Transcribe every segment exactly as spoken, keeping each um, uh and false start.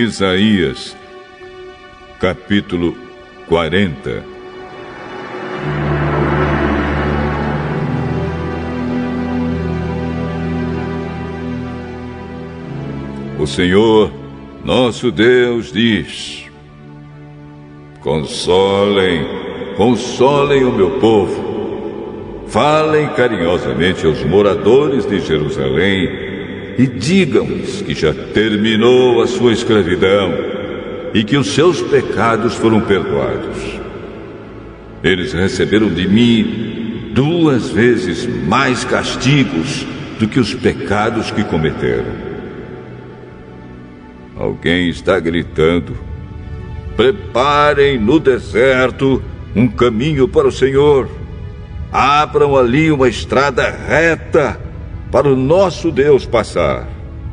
Isaías, capítulo quarenta. O Senhor, nosso Deus, diz: Consolem, consolem o meu povo. Falem carinhosamente aos moradores de Jerusalém e digam-lhes que já terminou a sua escravidão e que os seus pecados foram perdoados. Eles receberam de mim duas vezes mais castigos do que os pecados que cometeram. Alguém está gritando: preparem no deserto um caminho para o Senhor. Abram ali uma estrada reta para o nosso Deus passar.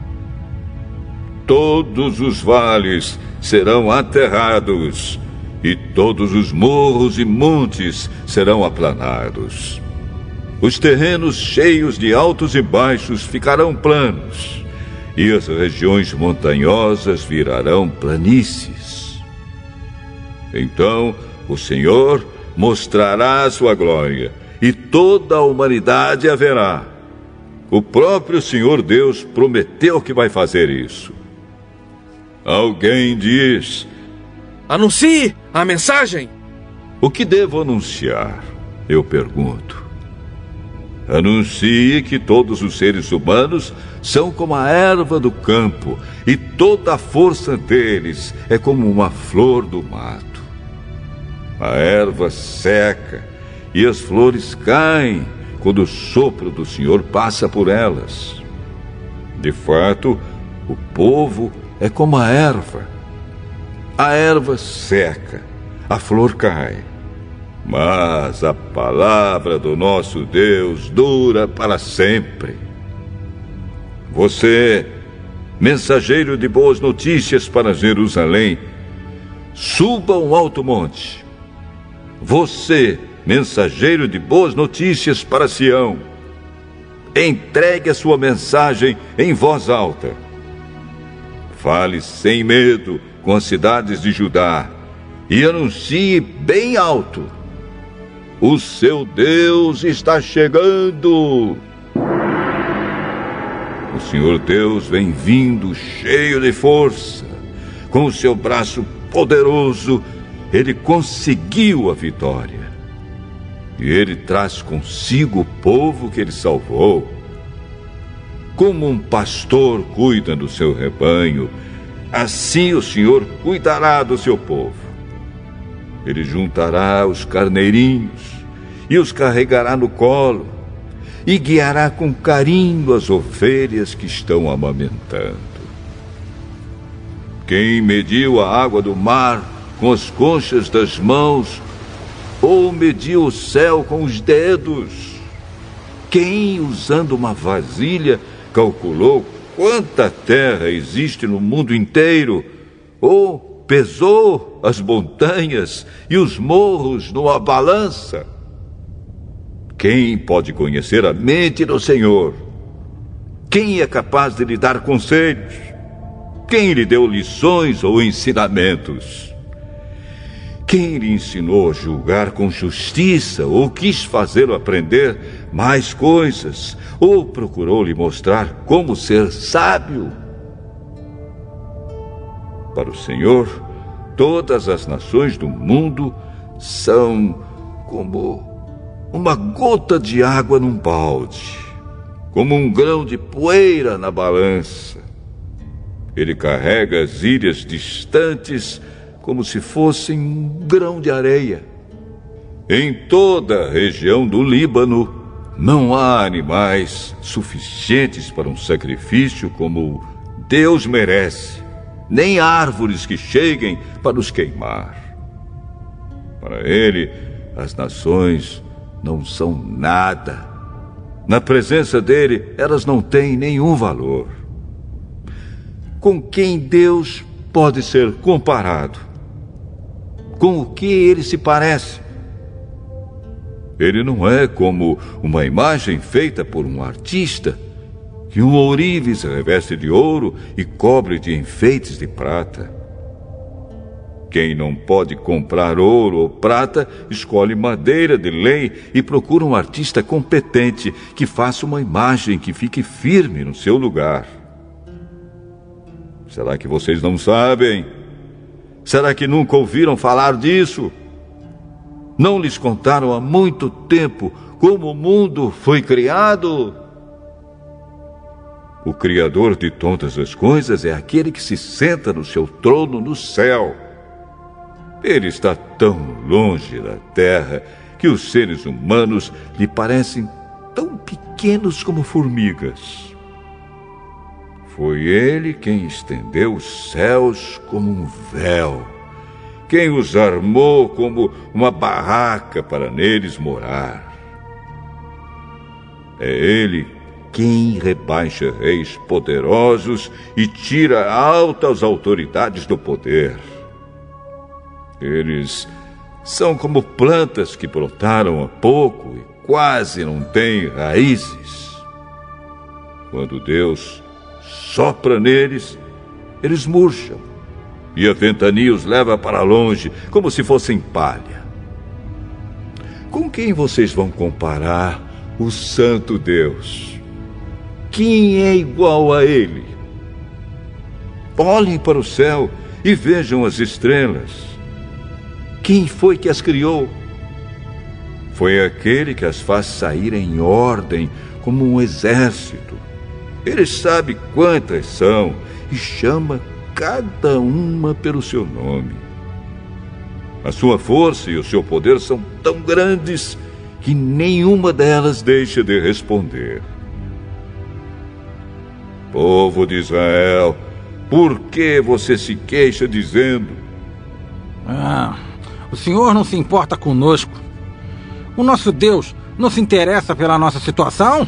Todos os vales serão aterrados e todos os morros e montes serão aplanados. Os terrenos cheios de altos e baixos ficarão planos, e as regiões montanhosas virarão planícies. Então o Senhor mostrará a sua glória, e toda a humanidade a verá. O próprio Senhor Deus prometeu que vai fazer isso. Alguém diz: anuncie a mensagem. O que devo anunciar? Eu pergunto. Anuncie que todos os seres humanos são como a erva do campo, e toda a força deles é como uma flor do mato. A erva seca e as flores caem quando o sopro do Senhor passa por elas. De fato, o povo é como a erva. A erva seca, a flor cai. Mas a palavra do nosso Deus dura para sempre. Você, mensageiro de boas notícias para Jerusalém, suba um alto monte. Você, mensageiro de boas notícias para Sião, entregue a sua mensagem em voz alta. Fale sem medo com as cidades de Judá e anuncie bem alto: o seu Deus está chegando. O Senhor Deus vem vindo cheio de força. Com o seu braço poderoso, ele conseguiu a vitória. E ele traz consigo o povo que ele salvou. Como um pastor cuida do seu rebanho, assim o Senhor cuidará do seu povo. Ele juntará os carneirinhos e os carregará no colo, e guiará com carinho as ovelhas que estão amamentando. Quem mediu a água do mar com as conchas das mãos, ou mediu o céu com os dedos? Quem, usando uma vasilha, calculou quanta terra existe no mundo inteiro, ou pesou as montanhas e os morros numa balança? Quem pode conhecer a mente do Senhor? Quem é capaz de lhe dar conselhos? Quem lhe deu lições ou ensinamentos? Quem lhe ensinou a julgar com justiça, ou quis fazê-lo aprender mais coisas, ou procurou lhe mostrar como ser sábio? Para o Senhor, todas as nações do mundo são como uma gota de água num balde, como um grão de poeira na balança. Ele carrega as ilhas distantes como se fossem um grão de areia. Em toda a região do Líbano não há animais suficientes para um sacrifício como Deus merece, nem árvores que cheguem para os queimar. Para ele, as nações não são nada. Na presença dele, elas não têm nenhum valor. Com quem Deus pode ser comparado? Com o que ele se parece? Ele não é como uma imagem feita por um artista que um ourive se reveste de ouro e cobre de enfeites de prata. Quem não pode comprar ouro ou prata, escolhe madeira de lei e procura um artista competente que faça uma imagem que fique firme no seu lugar. Será que vocês não sabem? Será que nunca ouviram falar disso? Não lhes contaram há muito tempo como o mundo foi criado? O Criador de todas as coisas é aquele que se senta no seu trono no céu. Ele está tão longe da terra que os seres humanos lhe parecem tão pequenos como formigas. Foi ele quem estendeu os céus como um véu, quem os armou como uma barraca para neles morar. É ele quem rebaixa reis poderosos e tira altas autoridades do poder. Eles são como plantas que brotaram há pouco e quase não têm raízes. Quando Deus sopra neles, eles murcham, e a ventania os leva para longe, como se fossem palha. Com quem vocês vão comparar o Santo Deus? Quem é igual a Ele? Olhem para o céu e vejam as estrelas. Quem foi que as criou? Foi aquele que as faz sair em ordem como um exército. Ele sabe quantas são e chama cada uma pelo seu nome. A sua força e o seu poder são tão grandes que nenhuma delas deixa de responder. Povo de Israel, por que você se queixa dizendo: Ah, o Senhor não se importa conosco? O nosso Deus não se interessa pela nossa situação?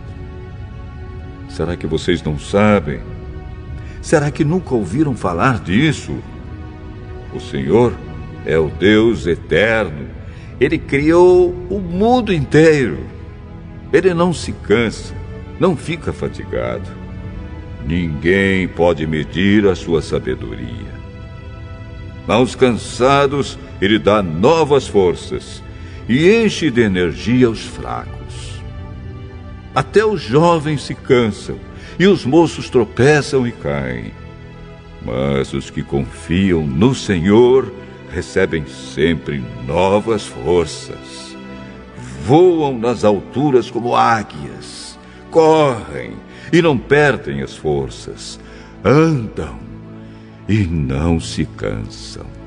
Será que vocês não sabem? Será que nunca ouviram falar disso? O Senhor é o Deus eterno. Ele criou o mundo inteiro. Ele não se cansa, não fica fatigado. Ninguém pode medir a sua sabedoria. Aos cansados, ele dá novas forças e enche de energia os fracos. Até os jovens se cansam e os moços tropeçam e caem. Mas os que confiam no Senhor recebem sempre novas forças. Voam nas alturas como águias, correm e não perdem as forças, andam e não se cansam.